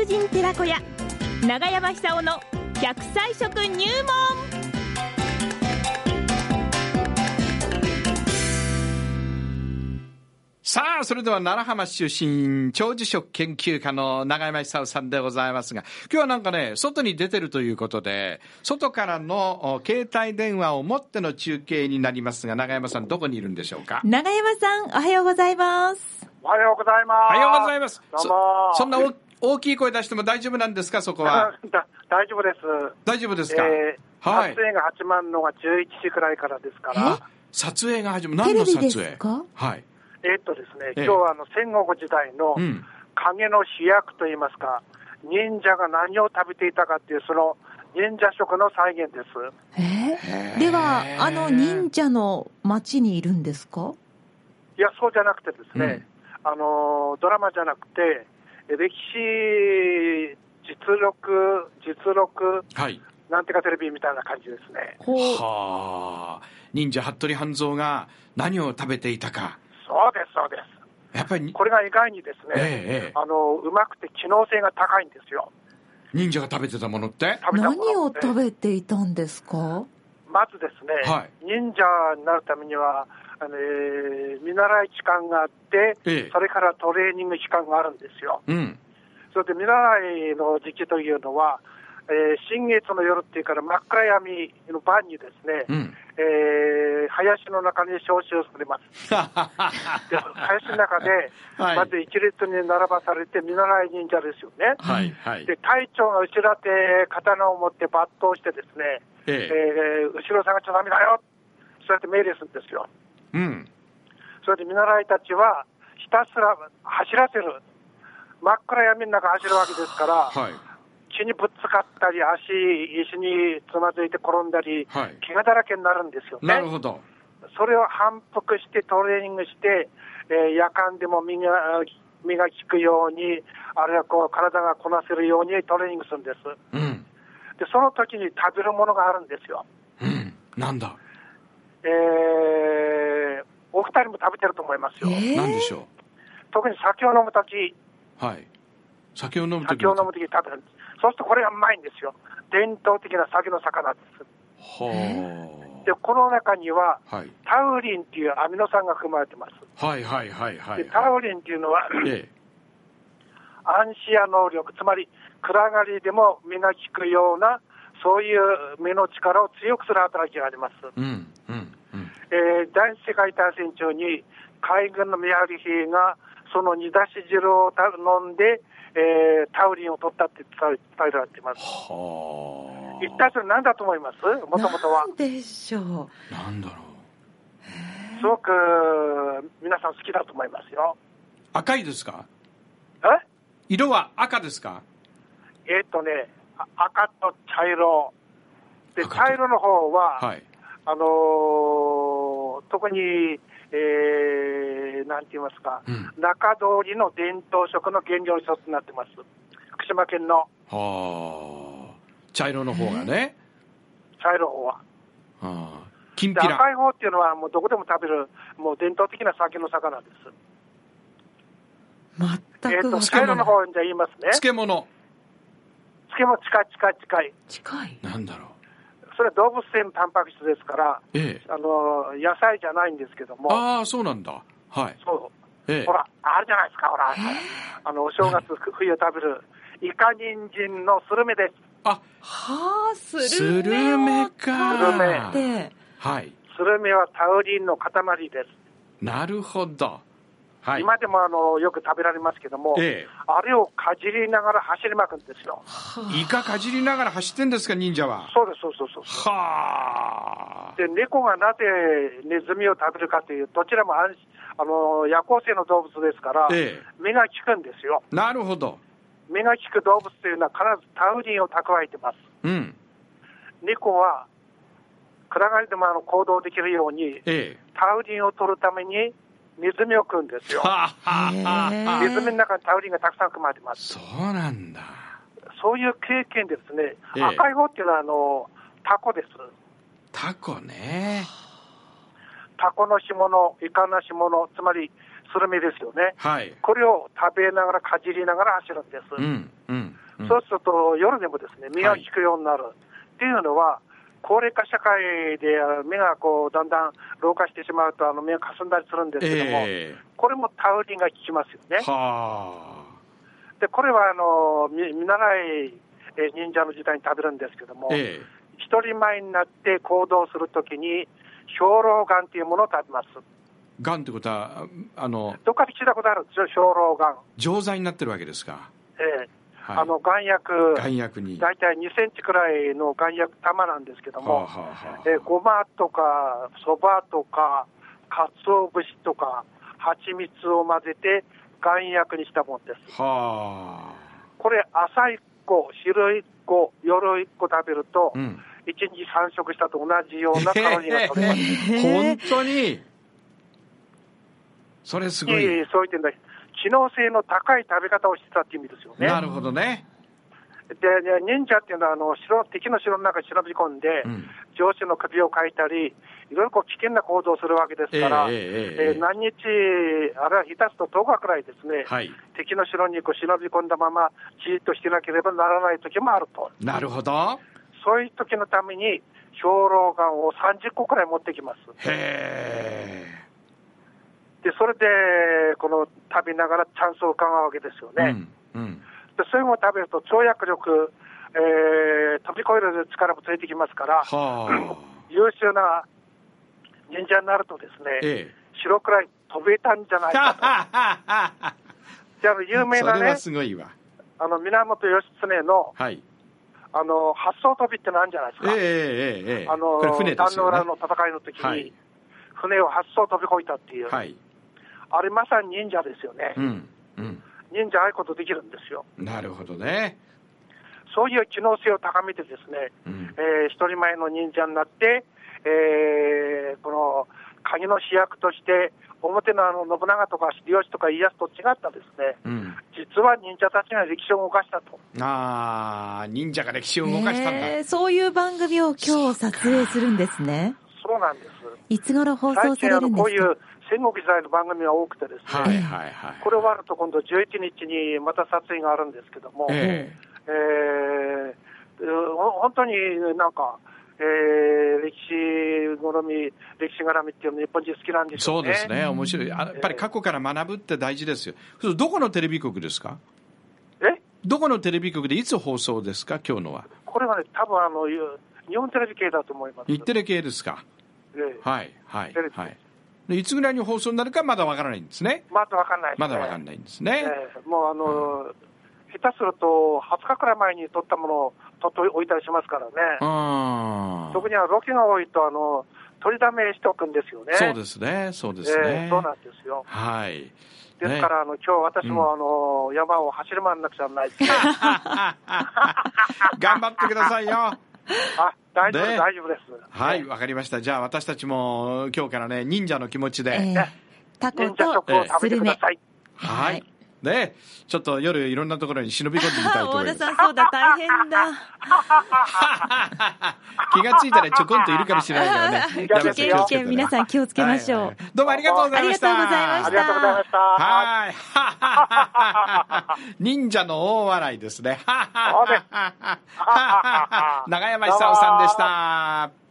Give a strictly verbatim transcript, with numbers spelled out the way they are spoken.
人寺子屋長山久夫の百歳食入門。 さあ、それでは奈良浜出身長寿食研究家の永山久夫さんでございますが、今日はなんかね、外に出てるということで、外からの携帯電話を持っての中継になりますが、永山さんどこにいるんでしょうか。 永山さん、おはようございます。 おはようございます。 おはようございます。 どうも。 そ、そんな大きい声出しても大丈夫なんですか、そこは。 大丈夫です。 大丈夫ですか。 えー、 はい。 撮影が始まるのがじゅういちじくらいからですから。 あ、撮影が始まる。何の撮影？ テレビですか？ はい。 えーっとですね、 ええ、 今日はあの戦国時代の影の主役といいますか、うん、忍者が何を食べていたかっていうその忍者食の再現です。 えー、ではあの忍者の町にいるんですか？ いや、そうじゃなくてですね、うん、あのドラマじゃなくて歴史実録実録、はい、なんてかテレビみたいな感じですね。 はあ、忍者服部半蔵が何を食べていたか。 そうですそうです。やっぱりこれが意外にですね、ええ、あのうまくて機能性が高いんですよ。 忍者が食べてたものって何を食べていたんですか？ まずですね、はい、忍者になるためにはあの、えー、見習い期間があって、ええ、それからトレーニング期間があるんですよ、うん、それで見習いの時期というのは、えー、新月の夜っていうから真っ暗闇の晩にですね、うん、えー、林の中に招集されますで林の中でまず一列に並ばされて見習い忍者ですよね、はいはい、で隊長が後ろ手刀を持って抜刀してですね、えええー、後ろ下がっちゃダメだよ、そうやって命令するんですよ、うん、それで見習いたちはひたすら走らせる、真っ暗闇の中走るわけですから、はい、木にぶっつかったり足石につまずいて転んだり、はい、怪我だらけになるんですよね。 なるほど。 それを反復してトレーニングして、えー、夜間でも身が身が効くように、あるいはこう体がこなせるようにトレーニングするんです、うん、でその時に食べるものがあるんですよ、 うん、なんだ、 えー、お二人も食べてると思いますよ、 えー、なんでしょう。 特に酒を飲む時、 はい、酒を飲む時酒を飲む時に食べるんです。そうするとこれがうまいんですよ。伝統的な酒の魚です。はでこの中には、はい、タウリンっていうアミノ酸が含まれてます。 はいはいはいはい、はい、 でタウリンっていうのは、ええ、暗視や能力、つまり暗がりでも目が利くようなそういう目の力を強くする働きがあります、うんうんうん、えー、第一次世界大戦中に海軍の見張り兵がその煮出し汁を飲んで、えー、タウリンを取ったって伝えられています。は一体それ何だと思います？もともとは何でしょう。 何だろう。すごく皆さん好きだと思いますよ。 赤いですか？ え？ 色は赤ですか？ えー、っとね赤と茶色で、茶色の方は、はい、あのー、特に、えー、なんて言いますか、うん、中通りの伝統食の原料の一つになってます。福島県の。 はあ、茶色の方がね。 茶色の方は。はあ、きんぴら。 赤い方っていうのはもうどこでも食べるもう伝統的な酒の魚です。 全く、えー、と茶色の方にじゃ言いますね。 漬物。 漬物近い近い近い。 近い。 なんだろう。 それは動物性タンパク質ですから、ええ、あの野菜じゃないんですけども。 ああ、そうなんだ。はい。 そう、ええ、ほらあるじゃないですか、ほら、あのお正月冬食べるイカ人参のスルメです。 あ、はあ、スルメ。 スルメか。 スルメ。 はい。 スルメはタウリンの塊です。 なるほど。はい、 今でもあのよく食べられますけども、ええ、あれをかじりながら走りまくんですよ。 イカかじりながら走ってんですか、忍者は。 そうですそうそうそうそう。はあ。で猫がなぜネズミを食べるかという、どちらもあの夜行性の動物ですから、ええ、目が利くんですよ。 なるほど。 目が利く動物というのは必ずタウリンを蓄えてます。うん、猫は暗がりでもあの行動できるように、ええ、タウリンを取るためにネズミを食うんですよ。ネズミの中にタウリンがたくさん含まれてます。 そうなんだ。 そういう経験ですね、ええ、赤い方っていうのはあのタコです。 タコね。 タコの干物、イカの干物、つまりスルメですよね、はい、これを食べながらかじりながら走るんです、うんうん、 うん、そうすると夜でもですね、目が利くようになる、はい、っていうのは、高齢化社会で目がこうだんだん老化してしまうとあの目がかすんだりするんですけども、えー、これもタウリンが効きますよね。 はでこれはあの見習い忍者の時代に食べるんですけども、えー、一人前になって行動するときに兵糧丸というものを食べます。 丸ってことはあのどっかで聞いたことあるんですよ、兵糧丸。 錠剤になってるわけですか。 えーはい、あの丸薬、 丸薬に大体にセンチくらいの丸薬玉なんですけども、はあはあはあ、えー、ごまとかそばとかかつお節とか蜂蜜を混ぜて丸薬にしたものです。 はあ、 これ朝いっこ昼いっこ夜いっこ食べると、うん、いちにちさん食したと同じようなカロリーが取れます。 本当にそれすごい。 いい、そう言ってんだ。機能性の高い食べ方をしてたって意味ですよね。 なるほどね。 で、忍者っていうのはあの城敵の城の中に忍び込んで、うん、上司の首をかいたり、いろいろこう危険な行動をするわけですから、えーえーえー、何日、あるいは下手すととおかくらいですね、はい、敵の城にこう忍び込んだまま、じっとしてなければならない時もあると。 なるほど。 そういう時のために、兵糧丸をさんじゅっこくらい持ってきます。 へー。 でそれでこの食べながらチャンスを伺うわけですよね、うんうん、でそういうのを食べると跳躍力、えー、飛び越える力もついてきますから、はあ、優秀な忍者になるとですね、ええ、白くらい飛べたんじゃないかとであの有名なね、 それはすごいわ。 あの源義経の、はい、あの八艘飛びってのあるんじゃないですか、 ええええ、 あのこれ船ですよね。 壇ノ浦の戦いの時に、はい、船を八艘飛び越えたっていう、はい、あれまさに忍者ですよね、うんうん、忍者ああいうことできるんですよ。 なるほどね。 そういう機能性を高めてですね、うん、えー、一人前の忍者になって、えー、この鍵の主役として表のあの信長とか秀吉とか家康と違ったですね、うん、実は忍者たちが歴史を動かしたと。 ああ、忍者が歴史を動かしたんだ、 えー、そういう番組を今日撮影するんですね。 そうなんです。 いつ頃放送されるんですか。 こういう戦国時代の番組が多くてですね、 はいはいはい、 これ終わると今度じゅういちにちにまた撮影があるんですけども、えーえー、本当になんか、えー、歴史好み、歴史絡みっていうの日本人好きなんでしょうね。 そうですね、面白い。やっぱり過去から学ぶって大事ですよ。どこのテレビ局ですか。 えどこのテレビ局でいつ放送ですか、今日のは。 これはね、多分あの日本テレビ系だと思います。 日テレ系ですか。えー、はいはいはい。いつぐらいに放送になるかまだわからないんですね。 まだわからないですね。 まだわからないんですね。 えー、もうあの、うん、下手するとはつかくらい前に撮ったものを撮っておいたりしますからね。あ、特にはロケが多いとあの取りだめしておくんですよね。 そうですね、そうですね。 えー、そうなんですよ。 はい。 ですから、ね、あの今日私もあの、うん、山を走り回らなくちゃならないですね。 頑張ってくださいよ。 あ、大丈夫、大丈夫です。 はい、わかりました。じゃあ私たちも今日からね、忍者の気持ちで、えー、タコとスルメ、 はい。ね、ちょっと夜いろんなところに忍び込んでみたいと思います。 大田さん、そうだ、大変だ。 気がついたらちょこんといるかもしれないからね。 危険、危険、皆さん気をつけましょう。はいはい、 どうもありがとうございました。 ありがとうございました。 ありがとうございました。 はい。忍者の大笑いですね。長山久夫さんでした。